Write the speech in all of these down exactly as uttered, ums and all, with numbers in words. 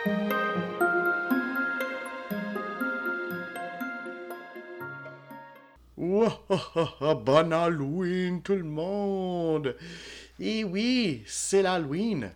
Ouah, bon Halloween tout le monde! Et oui, c'est l'Halloween.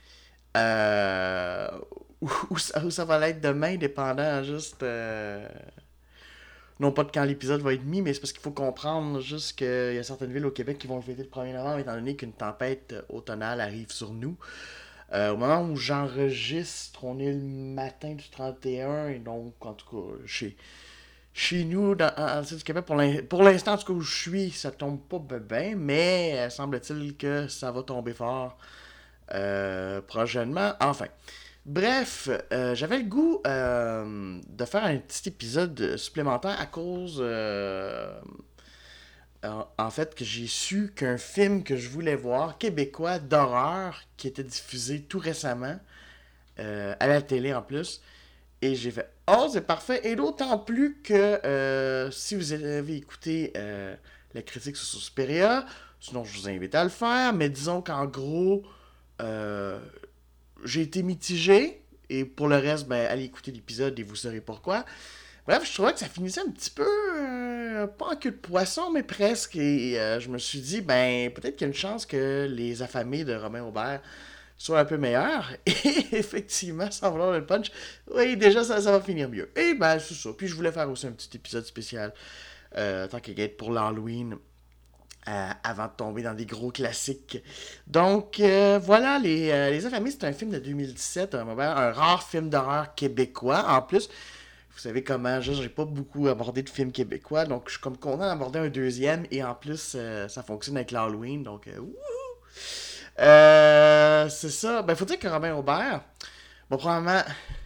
Euh, où, où ça, où ça va être demain, dépendant juste... euh, non pas de quand l'épisode va être mis, mais c'est parce qu'il faut comprendre juste qu'il y a certaines villes au Québec qui vont le fêter le premier novembre, étant donné qu'une tempête automnale arrive sur nous. Euh, au moment où j'enregistre, on est le matin du trente et un, et donc, en tout cas, chez, chez nous, dans, en, en du Québec, pour l'in- pour l'instant, en tout cas où je suis, ça tombe pas bien, mais euh, semble-t-il que ça va tomber fort euh, prochainement. Enfin, bref, euh, j'avais le goût euh, de faire un petit épisode supplémentaire à cause, euh, en, en fait, que j'ai su qu'un film que je voulais voir, québécois, d'horreur, qui était diffusé tout récemment, euh, à la télé en plus, et j'ai fait oh, c'est parfait. Et d'autant plus que euh, si vous avez écouté euh, la critique sur Suspiria, sinon je vous invite à le faire. Mais disons qu'en gros, euh, j'ai été mitigé. Et pour le reste, ben, allez écouter l'épisode et vous saurez pourquoi. Bref, je trouvais que ça finissait un petit peu, euh, pas en queue de poisson, mais presque. Et euh, je me suis dit, ben, peut-être qu'il y a une chance que les affamés de Romain Aubert soit un peu meilleur. Et effectivement, sans vouloir le punch, oui, déjà, ça, ça va finir mieux. Et ben, c'est ça. Puis je voulais faire aussi un petit épisode spécial, euh, tant qu'à être pour l'Halloween, euh, avant de tomber dans des gros classiques. Donc, euh, voilà, Les, euh, les Affamés, c'est un film de deux mille dix-sept, un, un rare film d'horreur québécois. En plus, vous savez comment, juste, j'ai pas beaucoup abordé de films québécois, donc je suis comme content d'aborder un deuxième, et en plus, euh, ça fonctionne avec l'Halloween, donc, euh, wouhou! Euh, c'est ça. Ben, faut dire que Robin Aubert, bon, probablement,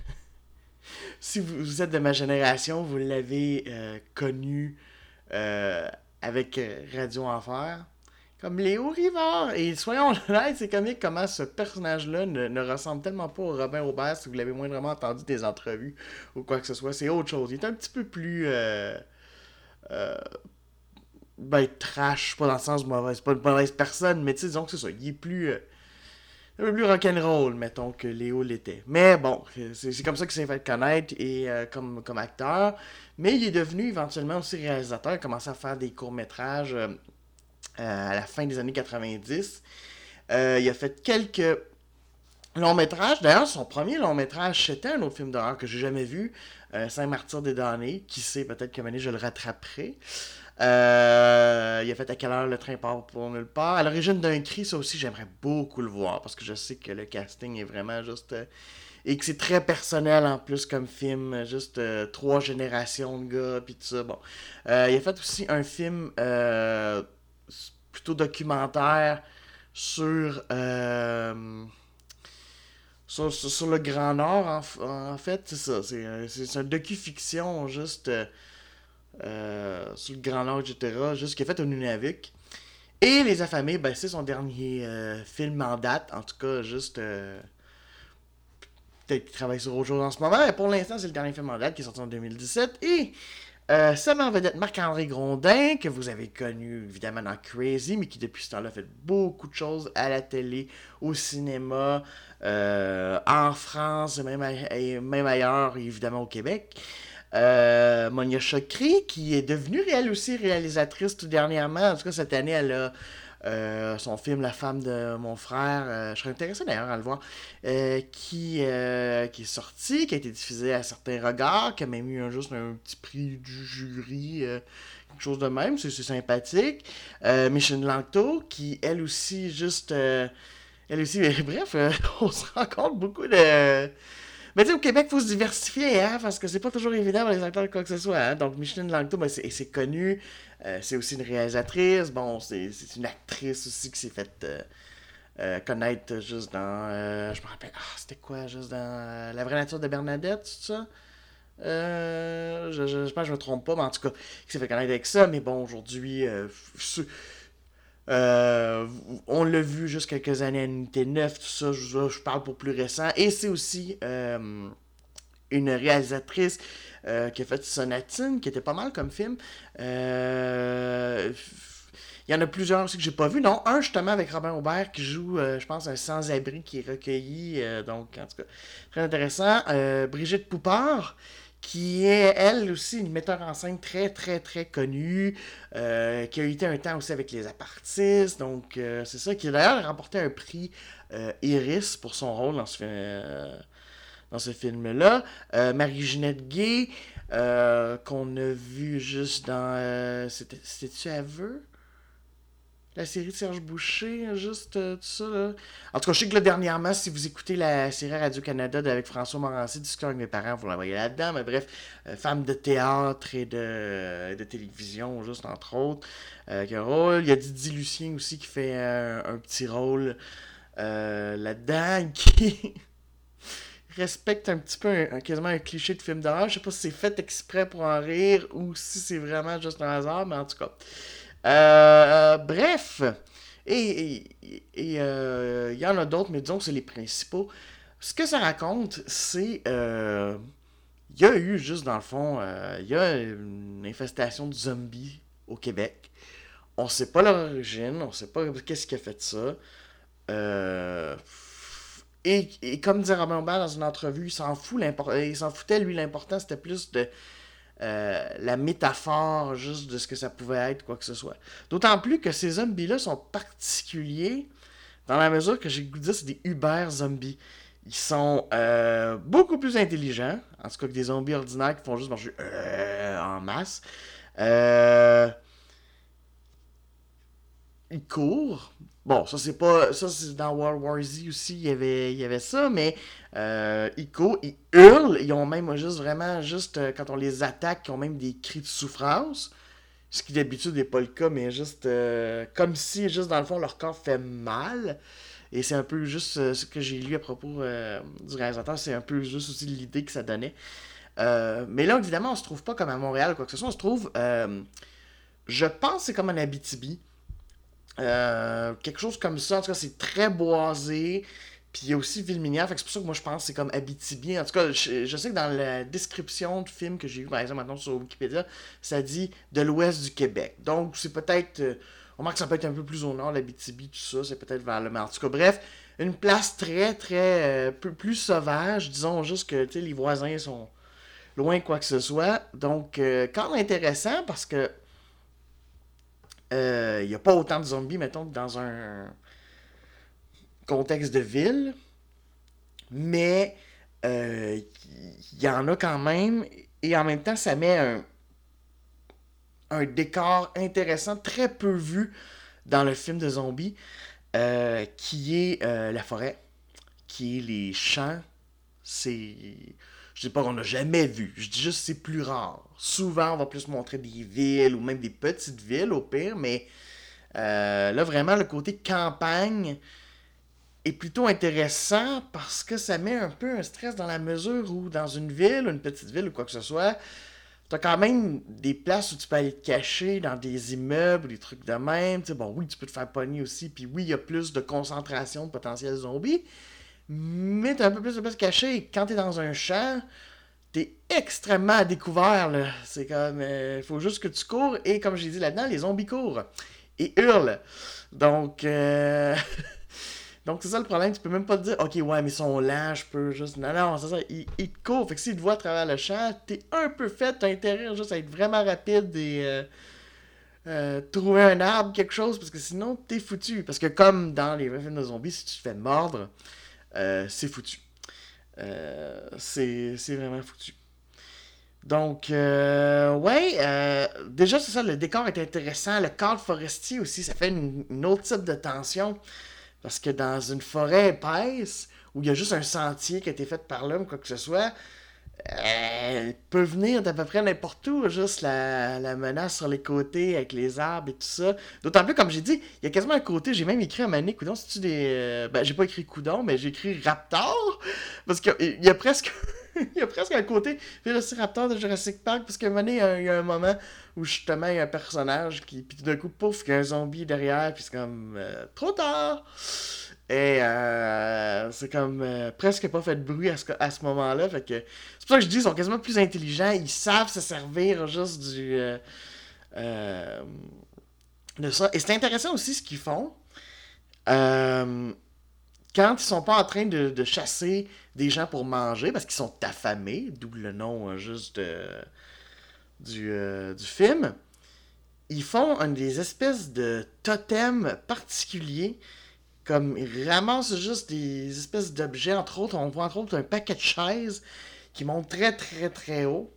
si vous, vous êtes de ma génération, vous l'avez euh, connu euh, avec euh, Radio Enfer, comme Léo Rivard. Et soyons honnêtes, c'est comique comment ce personnage-là ne, ne ressemble tellement pas au Robin Aubert si vous l'avez moindrement entendu des entrevues ou quoi que ce soit. C'est autre chose. Il est un petit peu plus. Euh, euh, ben, trash, pas dans le sens mauvais, c'est pas une mauvaise personne, mais tu sais, disons que c'est ça. Il est plus. Euh, un peu plus rock'n'roll, mettons, que Léo l'était. Mais bon, c'est, c'est comme ça qu'il s'est fait connaître et, euh, comme, comme acteur. Mais il est devenu éventuellement aussi réalisateur. Il a commencé à faire des courts-métrages euh, à la fin des années quatre-vingt-dix. Euh, il a fait quelques longs-métrages. D'ailleurs, son premier long-métrage, c'était un autre film d'horreur que j'ai jamais vu, euh, Saint-Martyr des damnés. Qui sait, peut-être que je le rattraperai. Euh, il a fait À quelle heure le train part pour nulle part. À l'origine d'un cri, ça aussi, j'aimerais beaucoup le voir parce que je sais que le casting est vraiment juste. Euh, et que c'est très personnel en plus comme film. Juste euh, trois générations de gars, puis tout ça. Bon. Euh, il a fait aussi un film euh, plutôt documentaire sur. Euh, sur, sur, sur le Grand Nord, en, en fait, c'est ça. C'est, un- c'est un docu-fiction juste. Euh, euh, sur le Grand Nord, et cetera. Juste qu'il a fait au Nunavik. Et Les Affamés, ben, c'est son dernier euh, film en date. En tout cas, juste. Euh, peut-être qu'il travaille sur autre chose en ce moment. Mais pour l'instant, c'est le dernier film en date qui est sorti en deux mille dix-sept. Et euh, ça met en vedette Marc-André Grondin, que vous avez connu évidemment dans Crazy, mais qui depuis ce temps-là a fait beaucoup de choses à la télé, au cinéma, euh, en France, et même, à- et même ailleurs, évidemment au Québec. Euh, Monia Chokri, qui est devenue elle aussi réalisatrice tout dernièrement. En tout cas, cette année, elle a euh, son film La femme de mon frère. Euh, je serais intéressé d'ailleurs à le voir. Euh, qui, euh, qui est sorti, qui a été diffusé à certains regards, qui a même eu un, juste un petit prix du jury. Euh, quelque chose de même, c'est, c'est sympathique. Euh, Micheline Langto, qui elle aussi, juste. Euh, elle aussi, bref, euh, on se rend compte beaucoup de. Mais tu sais, au Québec, il faut se diversifier, hein, parce que c'est pas toujours évident pour les acteurs de quoi que ce soit. Hein. Donc, Micheline Langto, ben, c'est, c'est connu. Euh, c'est aussi une réalisatrice. Bon, c'est, c'est une actrice aussi qui s'est faite euh, euh, connaître juste dans. Euh, je me rappelle. Ah, c'était quoi, juste dans euh, La vraie nature de Bernadette, c'est ça? Euh, je, je, je pense que je me trompe pas, mais en tout cas, qui s'est fait connaître avec ça. Mais bon, aujourd'hui, euh, f- euh, on l'a vu juste quelques années à Unité neuf, tout ça, je, je parle pour plus récent. Et c'est aussi euh, une réalisatrice euh, qui a fait Sonatine, qui était pas mal comme film. Euh, Il y en a plusieurs aussi que j'ai pas vu. Non, un justement avec Robin Aubert qui joue, euh, je pense, un sans-abri qui est recueilli. Euh, donc, en tout cas, très intéressant. Euh, Brigitte Poupard, qui est, elle aussi, une metteur en scène très, très, très connue, euh, qui a été un temps aussi avec les apartistes. Donc, euh, c'est ça, qui a d'ailleurs remporté un prix euh, Iris pour son rôle dans ce, euh, dans ce film-là. Euh, Marie-Ginette Gay, euh, qu'on a vu juste dans... Euh, c'était, c'était-tu Aveux? La série de Serge Boucher, juste euh, tout ça. Là. En tout cas, je sais que là, dernièrement, si vous écoutez la série Radio-Canada avec François Morancy, Discussion avec mes parents, vous la voyez là-dedans. Mais bref, euh, femme de théâtre et de, de télévision, juste entre autres, euh, qui a un rôle. Il y a Didi Lucien aussi qui fait un, un petit rôle euh, là-dedans, qui respecte un petit peu un, un- quasiment un cliché de film d'horreur. Je sais pas si c'est fait exprès pour en rire ou si c'est vraiment juste un hasard, mais en tout cas. Euh, bref, et et- et, euh, il y en a d'autres, mais disons que c'est les principaux. Ce que ça raconte, c'est... euh, il y a eu juste dans le fond, euh, il y a une infestation de zombies au Québec. On sait pas leur origine, on sait pas qu'est-ce qui a fait ça. Euh, et, et comme disait Robin Aubert dans une entrevue, il s'en fout, l'import- il s'en foutait, lui, l'important c'était plus de euh, la métaphore juste de ce que ça pouvait être, quoi que ce soit. D'autant plus que ces zombies-là sont particuliers dans la mesure que j'ai le goût de dire c'est des Uber zombies. Ils sont euh, beaucoup plus intelligents, en tout cas que des zombies ordinaires qui font juste marcher euh, en masse. Euh, ils courent. Bon, ça c'est pas. Ça c'est dans World War Z aussi, il y avait, il y avait ça, mais euh, ils courent, ils hurlent, ils ont même juste vraiment, juste euh, quand on les attaque, ils ont même des cris de souffrance. Ce qui d'habitude n'est pas le cas, mais juste euh, comme si, juste dans le fond, leur corps fait mal. Et c'est un peu juste euh, ce que j'ai lu à propos euh, du réalisateur, c'est un peu juste aussi l'idée que ça donnait. Euh, mais là, évidemment, on se trouve pas comme à Montréal ou quoi que ce soit, on se trouve, euh, je pense que c'est comme en Abitibi. Euh, quelque chose comme ça. En tout cas, c'est très boisé. Puis il y a aussi Ville-Minière. Fait que c'est pour ça que moi je pense que c'est comme Abitibi. En tout cas, je, je sais que dans la description du film que j'ai vu, par exemple, maintenant sur Wikipédia, ça dit de l'ouest du Québec. Donc c'est peut-être. Euh, on remarque que ça peut être un peu plus au nord, l'Abitibi, tout ça. C'est peut-être vers le. Mais en tout cas, bref, une place très, très. Euh, plus, plus sauvage. Disons juste que tu sais, les voisins sont loin, quoi que ce soit. Donc, euh, quand même intéressant parce que. Il n'y a pas autant de zombies, mettons, que dans un contexte de ville, mais il euh, y en a quand même, et en même temps, ça met un, un décor intéressant, très peu vu dans le film de zombies, euh, qui est euh, la forêt, qui est les champs. C'est. Je dis pas qu'on n'a jamais vu, je dis juste que c'est plus rare. Souvent, on va plus montrer des villes ou même des petites villes au pire, mais euh, là, vraiment, le côté campagne est plutôt intéressant parce que ça met un peu un stress dans la mesure où dans une ville, une petite ville ou quoi que ce soit, t'as quand même des places où tu peux aller te cacher dans des immeubles ou des trucs de même. T'sais, bon, oui, tu peux te faire pogner aussi, puis oui, il y a plus de concentration de potentiels zombies, mais t'as un peu plus de place cachée. Et quand t'es dans un champ, t'es extrêmement à découvert, là. C'est comme, il euh, faut juste que tu cours, et comme j'ai dit là-dedans, les zombies courent et hurlent. Donc, euh... Donc, c'est ça le problème. Tu peux même pas te dire, ok, ouais, mais ils sont lents, je peux juste. Non, non, c'est ça. Ils, ils te courent. Fait que s'ils te voient à travers le champ, t'es un peu fait. T'as intérêt juste à être vraiment rapide et euh, euh, trouver un arbre, quelque chose, parce que sinon, t'es foutu. Parce que, comme dans les vrais films de zombies, si tu te fais mordre, euh, c'est foutu. Euh, c'est, c'est vraiment foutu. Donc, euh, ouais, euh, déjà, c'est ça, le décor est intéressant. Le cadre forestier aussi, ça fait une, une autre type de tension. Parce que dans une forêt épaisse, où il y a juste un sentier qui a été fait par l'homme, quoi que ce soit, elle peut venir d'à peu près n'importe où, juste la, la menace sur les côtés avec les arbres et tout ça. D'autant plus, comme j'ai dit, il y a quasiment un côté, j'ai même écrit à Mané, coudon, c'est-tu des... euh, ben, j'ai pas écrit coudon, mais j'ai écrit Raptor, parce qu'il y a presque... il y a presque un côté Vélociraptor de Jurassic Park, parce que Mané, il y a, il y a un moment où justement, il y a un personnage qui, puis tout d'un coup, pouf, il y a un zombie derrière, puis c'est comme... euh, trop tard! Et euh, c'est comme euh, presque pas fait de bruit à ce, à ce moment-là. Fait que, c'est pour ça que je dis qu'ils sont quasiment plus intelligents. Ils savent se servir juste du, euh, euh, de ça. Et c'est intéressant aussi ce qu'ils font. Euh, quand ils sont pas en train de, de chasser des gens pour manger, parce qu'ils sont affamés, d'où le nom euh, juste euh, du, euh, du film, ils font une des espèces de totems particuliers, comme ils ramassent juste des espèces d'objets, entre autres, on voit entre autres un paquet de chaises qui monte très très très haut,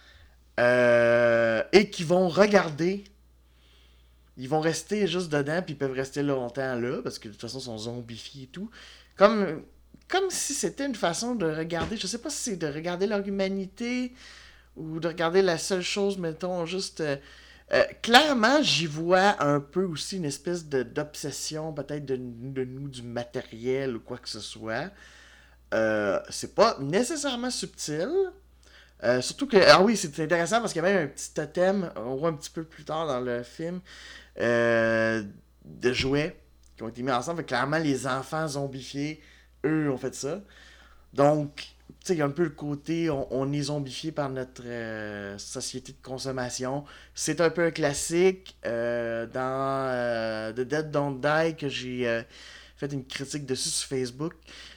euh, et qui vont regarder. Ils vont rester juste dedans, puis ils peuvent rester longtemps là, parce que de toute façon, ils sont zombifiés et tout. Comme, comme si c'était une façon de regarder, je sais pas si c'est de regarder leur humanité, ou de regarder la seule chose, mettons, juste... euh, euh, clairement, j'y vois un peu aussi une espèce de, d'obsession, peut-être de, de nous, du matériel ou quoi que ce soit. Euh, c'est pas nécessairement subtil. Euh, surtout que, ah oui, c'est intéressant parce qu'il y a même un petit totem, on voit un petit peu plus tard dans le film, euh, de jouets qui ont été mis ensemble. Fait que clairement, les enfants zombifiés, eux, ont fait ça. Donc, tu sais, il y a un peu le côté, on, on est zombifié par notre euh, société de consommation. C'est un peu un classique. Euh, dans euh, The Dead Don't Die, que j'ai euh, fait une critique dessus sur Facebook,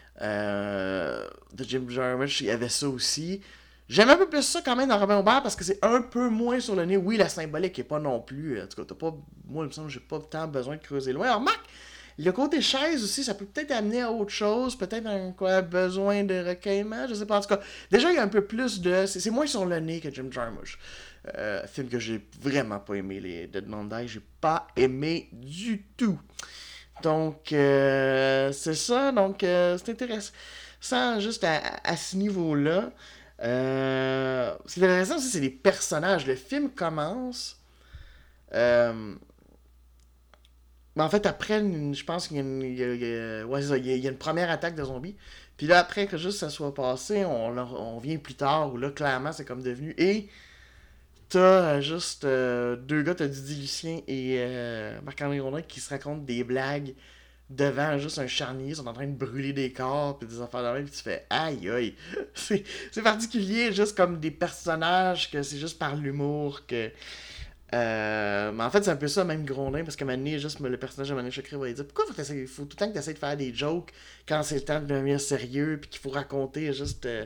euh, de Jim Jarmusch, il y avait ça aussi. J'aime un peu plus ça quand même dans Robin Aubert parce que c'est un peu moins sur le nez. Oui, la symbolique est pas non plus. En tout cas, t'as pas. Moi, il me semble que j'ai pas tant besoin de creuser loin. Alors, remarque, le côté chaise aussi, ça peut peut-être amener à autre chose. Peut-être un quoi, besoin de recueillement. Je sais pas. En tout cas, déjà, il y a un peu plus de. C'est, c'est moins sur le nez que Jim Jarmusch. Euh, film que j'ai vraiment pas aimé, les Dead Monday. J'ai pas aimé du tout. Donc, euh, c'est ça. Donc, euh, c'est intéressant juste à, à ce niveau-là. Euh, ce qui est intéressant aussi, c'est les personnages. Le film commence. Euh, ben, en fait, après, une- je pense qu'il y a une, il y a- il y a- ouais, c'est ça, il y a- il y a une première attaque de zombies. Puis là, après que juste ça soit passé, on, on vient plus tard, où là, clairement, c'est comme devenu. Et t'as euh, juste euh, deux gars, t'as Didier Lucien et euh, Marc-André Grondin qui se racontent des blagues devant juste un charnier, ils sont en train de brûler des corps, puis des affaires de même, puis tu fais aïe aïe. C'est, c'est particulier, juste comme des personnages, que c'est juste par l'humour que. Euh, mais en fait, c'est un peu ça, même Grondin, parce qu'à un moment donné, juste le personnage de Mané Chakri va dire pourquoi faut, il faut tout le temps que tu essaies de faire des jokes quand c'est le temps de devenir sérieux, puis qu'il faut raconter juste. Euh,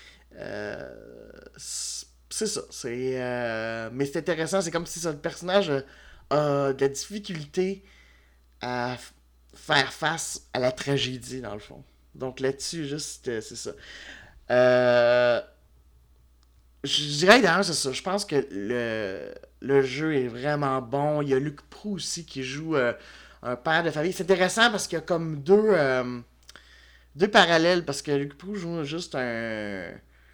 euh, c'est ça. C'est, euh, mais c'est intéressant, c'est comme si ça, le personnage a, a de la difficulté à f- faire face à la tragédie, dans le fond. Donc là-dessus, juste, euh, c'est ça. Euh, je dirais d'ailleurs, c'est ça. Je pense que le, le jeu est vraiment bon. Il y a Luc Proulx aussi qui joue euh, un père de famille. C'est intéressant parce qu'il y a comme deux, euh, deux parallèles. Parce que Luc Proulx joue juste un,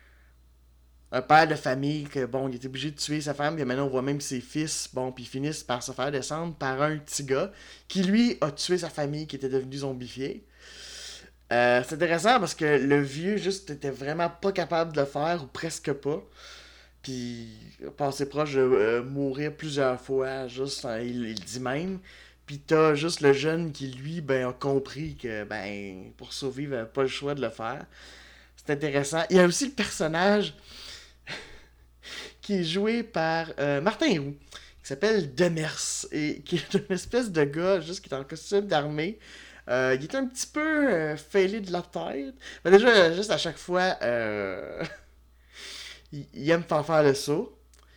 un père de famille que, bon, il est obligé de tuer sa femme. Puis maintenant, on voit même ses fils, bon, puis ils finissent par se faire descendre par un petit gars qui, lui, a tué sa famille qui était devenue zombifiée. Euh, c'est intéressant parce que le vieux, juste, était vraiment pas capable de le faire, ou presque pas. Puis, passé proche de euh, mourir plusieurs fois, juste, hein, il, il dit même. Puis t'as juste le jeune qui, lui, ben, a compris que, ben, pour survivre, il avait pas le choix de le faire. C'est intéressant. Il y a aussi le personnage qui est joué par euh, Martin Roux, qui s'appelle Demers, et qui est une espèce de gars, juste qui est en costume d'armée. Euh, il est un petit peu euh, fêlé de la tête. Ben, déjà, juste à chaque fois, euh, il, il aime faire faire le saut.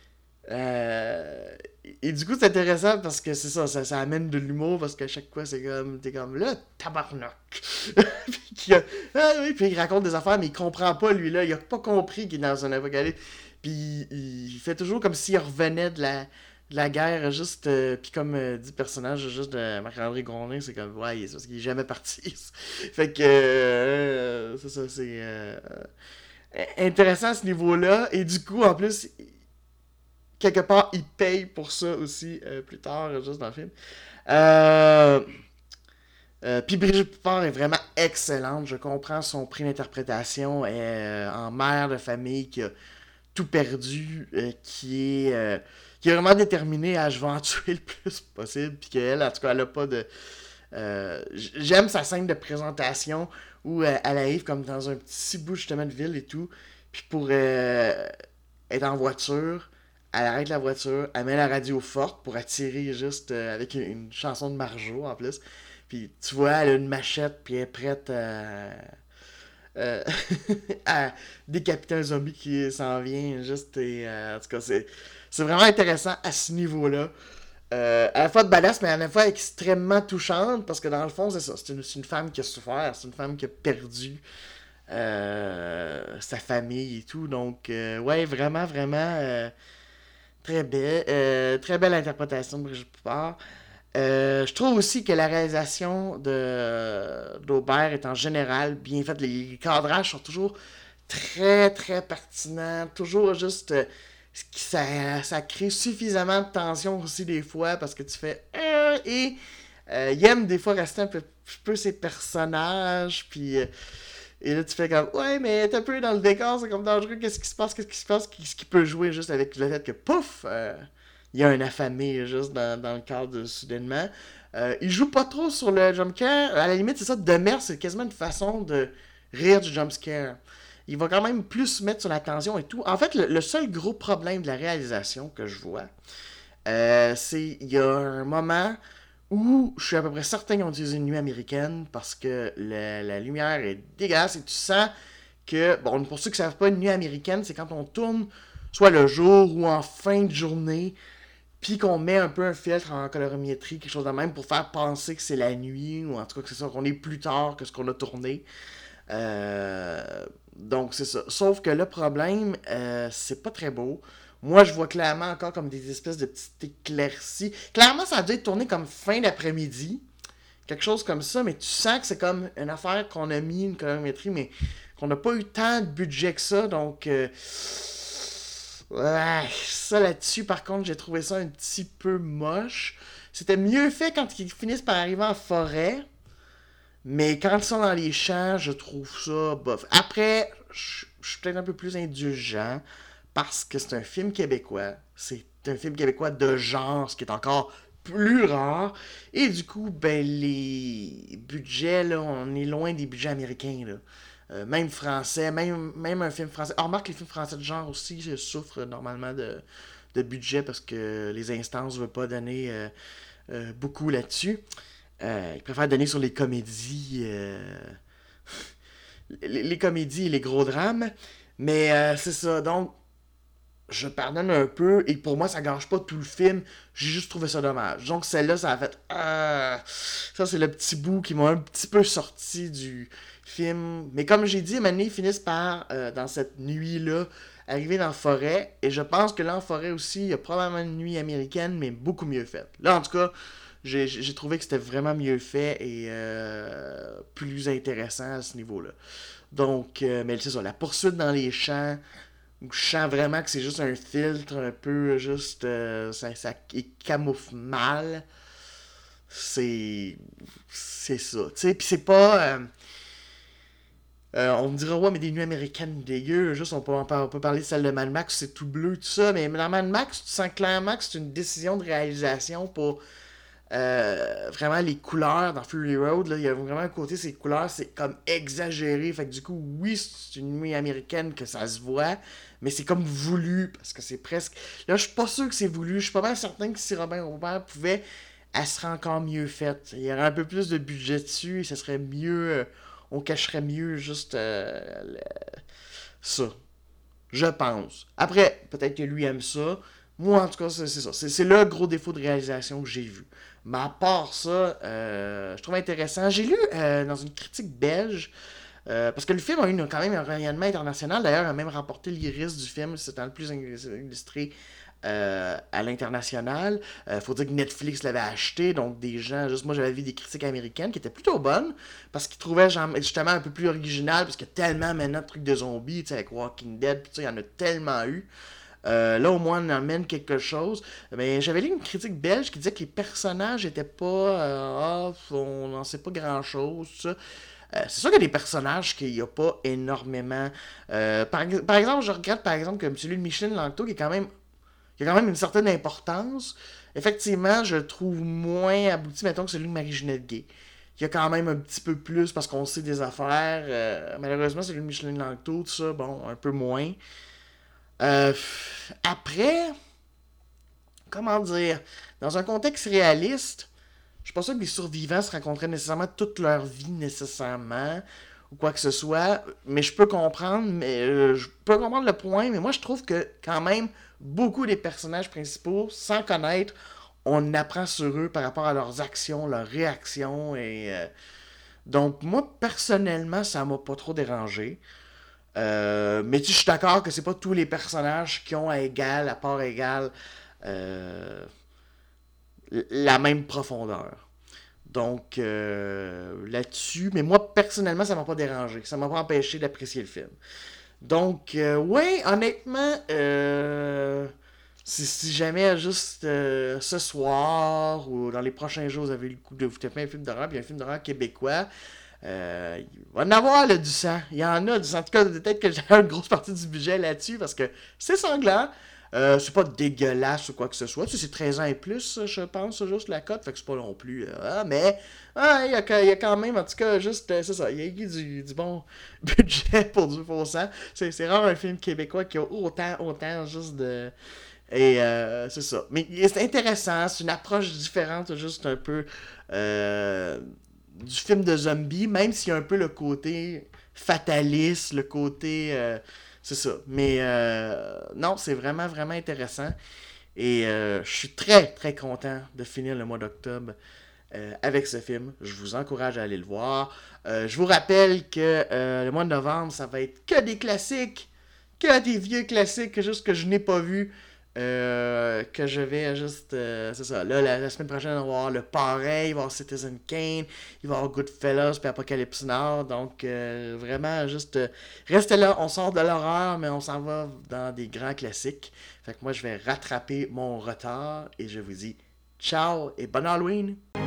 Euh, et du coup, c'est intéressant parce que c'est ça, ça, ça amène de l'humour parce qu'à chaque fois, c'est comme, t'es comme là, tabarnak. puis, qu'il a- ah oui, puis il raconte des affaires, mais il comprend pas, lui, là. Il a pas compris qu'il est dans un apocalypse. Puis il, il fait toujours comme s'il revenait de la, de la guerre, juste. Euh, puis comme euh, dit le personnage juste de Marc-André Grondin, c'est comme, ouais, c'est parce qu'il est jamais parti. fait que, euh, c'est ça, c'est. Euh, intéressant à ce niveau-là. Et du coup, en plus, quelque part, il paye pour ça aussi euh, plus tard, juste dans le film. Euh, euh, Puis Brigitte Poupard est vraiment excellente. Je comprends son prix d'interprétation. Elle est euh, en mère de famille qui a tout perdu, euh, qui est euh, qui est vraiment déterminée à je vais en tuer le plus possible. Puis qu'elle, en tout cas, elle a pas de. Euh, J'aime sa scène de présentation où euh, elle arrive comme dans un petit bout justement de ville et tout. Puis pour euh, être en voiture, elle arrête la voiture, elle met la radio forte pour attirer juste euh, avec une, une chanson de Marjo en plus. Puis tu vois, elle a une machette, puis elle est prête à, euh, à décapiter un zombie qui s'en vient. Juste, et, euh, en tout cas, c'est, c'est vraiment intéressant à ce niveau-là. Euh, à la fois de badass, mais à la fois extrêmement touchante, parce que dans le fond, c'est ça. C'est une, c'est une femme qui a souffert, c'est une femme qui a perdu euh, sa famille et tout. Donc, euh, ouais, vraiment, vraiment euh, très belle. Euh, très belle interprétation de Brigitte Poupard. Euh, je trouve aussi que la réalisation de d'Aubert est en général bien faite. Les cadrages sont toujours très très pertinents, toujours juste euh, ce qui- ça, ça crée suffisamment de tension aussi des fois parce que tu fais euh, et euh, il aime des fois rester un peu, un peu ses personnages puis euh, et là tu fais comme ouais mais t'es un peu dans le décor, c'est comme dangereux, qu'est-ce qui se passe, qu'est-ce qui se passe, qu'est-ce qui peut jouer juste avec le fait que pouf euh, il y a un affamé juste dans, dans le cadre de soudainement. Euh, il joue pas trop sur le jumpscare. À la limite, c'est ça, Demers, c'est quasiment une façon de rire du jumpscare. Il va quand même plus se mettre sur la tension et tout. En fait, le, le seul gros problème de la réalisation que je vois, euh, c'est il y a un moment où je suis à peu près certain qu'ils ont utilisé une nuit américaine parce que la, la lumière est dégueulasse et tu sens que, bon, pour ceux qui ne savent pas, une nuit américaine, c'est quand on tourne soit le jour ou en fin de journée, puis qu'on met un peu un filtre en colorimétrie, quelque chose de même, pour faire penser que c'est la nuit, ou en tout cas que c'est ça, qu'on est plus tard que ce qu'on a tourné. Euh, donc c'est ça. Sauf que le problème, euh, c'est pas très beau. Moi, je vois clairement encore comme des espèces de petites éclaircies. Clairement, ça a dû être tourné comme fin d'après-midi. Quelque chose comme ça, mais tu sens que c'est comme une affaire qu'on a mis, une colorimétrie, mais qu'on n'a pas eu tant de budget que ça, donc... Euh, ouais, ça là-dessus, par contre, j'ai trouvé ça un petit peu moche. C'était mieux fait quand ils finissent par arriver en forêt. Mais quand ils sont dans les champs, je trouve ça bof. Après, je je suis peut-être un peu plus indulgent parce que c'est un film québécois. C'est un film québécois de genre, ce qui est encore plus rare. Et du coup, ben les budgets, là, on est loin des budgets américains, là. Euh, même français, même, même un film français. Ah, remarque, les films français de genre aussi souffrent normalement de, de budget parce que les instances ne veulent pas donner euh, euh, beaucoup là-dessus. Euh, ils préfèrent donner sur les comédies, euh, les, les comédies et les gros drames. Mais euh, c'est ça. Donc, je pardonne un peu. Et pour moi, ça gâche pas tout le film. J'ai juste trouvé ça dommage. Donc, celle-là, ça a fait. Ah, ça, c'est le petit bout qui m'a un petit peu sorti du film. Mais comme j'ai dit, maintenant, ils finissent par, euh, dans cette nuit-là, arriver dans la forêt. Et je pense que là, en forêt aussi, il y a probablement une nuit américaine, mais beaucoup mieux faite. Là, en tout cas, j'ai, j'ai trouvé que c'était vraiment mieux fait et euh, plus intéressant à ce niveau-là. Donc, euh, mais c'est ça, la poursuite dans les champs, où je sens vraiment que c'est juste un filtre, un peu juste, euh, ça, ça camoufle mal. C'est, c'est ça, tu sais, puis c'est pas, euh, euh, on me dira, ouais, mais des nuits américaines dégueu, juste, on peut, on peut, on peut parler de celle de Mad Max, c'est tout bleu, tout ça, mais dans Mad Max, tu sens clairement que c'est une décision de réalisation pour Euh, vraiment les couleurs dans Fury Road, là, il y a vraiment un côté, ces couleurs, c'est comme exagéré. Fait que du coup, oui, c'est une nuit américaine que ça se voit, mais c'est comme voulu, parce que c'est presque. Là, je suis pas sûr que c'est voulu. Je suis pas mal certain que si Robin Robert pouvait, elle serait encore mieux faite. Il y aurait un peu plus de budget dessus, et ça serait mieux. euh, on cacherait mieux juste euh, le- ça. Je pense. Après, peut-être que lui aime ça. Moi, en tout cas, c'est, c'est ça. C'est, c'est le gros défaut de réalisation que j'ai vu. Mais à part ça, euh, je trouve intéressant. J'ai lu euh, dans une critique belge, euh, parce que le film a eu quand même un rayonnement international. D'ailleurs, a même remporté l'Iris du film, c'est le plus illustré euh, à l'international. Il euh, faut dire que Netflix l'avait acheté, donc des gens, juste moi j'avais vu des critiques américaines qui étaient plutôt bonnes, parce qu'ils trouvaient genre, justement un peu plus original, parce qu'il y a tellement maintenant de trucs de zombies, tu sais, avec Walking Dead, il y en a tellement eu. Euh, là, au moins, on emmène quelque chose. Mais j'avais lu une critique belge qui disait que les personnages étaient pas. Euh, ah, on n'en sait pas grand-chose, tout ça. Euh, c'est sûr qu'il y a des personnages qu'il n'y a pas énormément. Euh, par, par exemple, je regrette par exemple que celui de Micheline Langto, qui est quand même. Qui a quand même une certaine importance. Effectivement, je le trouve moins abouti, mettons, que celui de Marie-Ginette Gay. Il y a quand même un petit peu plus parce qu'on sait des affaires. Euh, malheureusement, celui de Micheline Langto, tout ça, bon, un peu moins. Euh, après, comment dire, dans un contexte réaliste, je suis pas sûr que les survivants se rencontraient nécessairement toute leur vie, nécessairement, ou quoi que ce soit, mais je peux comprendre, mais euh, je peux comprendre le point, mais moi je trouve que quand même, beaucoup des personnages principaux, sans connaître, on apprend sur eux par rapport à leurs actions, leurs réactions, et euh, donc moi personnellement, ça m'a pas trop dérangé. Euh, mais tu sais, je suis d'accord que c'est pas tous les personnages qui ont à égal, à part égale, euh, la même profondeur. Donc, euh, là-dessus, mais moi, personnellement, ça m'a pas dérangé. Ça m'a pas empêché d'apprécier le film. Donc, euh, ouais, honnêtement, euh, si, si jamais juste euh, ce soir ou dans les prochains jours, vous avez le coup de vous taper un film d'horreur, puis un film d'horreur québécois, euh, il va en avoir là, du sang. Il y en a du sang. En tout cas, peut-être que j'ai une grosse partie du budget là-dessus parce que c'est sanglant. Euh, c'est pas dégueulasse ou quoi que ce soit. Tu sais, c'est treize ans et plus, je pense, juste la cote. Fait que c'est pas non plus. Euh, ah, mais ah, il y, a, il y a quand même, en tout cas, juste. Euh, c'est ça. Il y a eu du, du bon budget pour du faux sang. C'est, c'est rare un film québécois qui a autant, autant juste de. Et euh, c'est ça. Mais c'est intéressant. C'est une approche différente, juste un peu. Euh, du film de zombie, même s'il y a un peu le côté fataliste, le côté... euh, c'est ça. Mais euh, non, c'est vraiment, vraiment intéressant. Et euh, je suis très, très content de finir le mois d'octobre euh, avec ce film. Je vous encourage à aller le voir. Euh, je vous rappelle que euh, le mois de novembre, ça va être que des classiques, que des vieux classiques, juste que je n'ai pas vus. Euh, que je vais juste. Euh, c'est ça. Là, la, la semaine prochaine, on va avoir Le Parrain, il va y avoir Citizen Kane, il va y avoir Goodfellas, puis Apocalypse Now. Donc, euh, vraiment, juste. Euh, restez là, on sort de l'horreur, mais on s'en va dans des grands classiques. Fait que moi, je vais rattraper mon retard et je vous dis ciao et bon Halloween!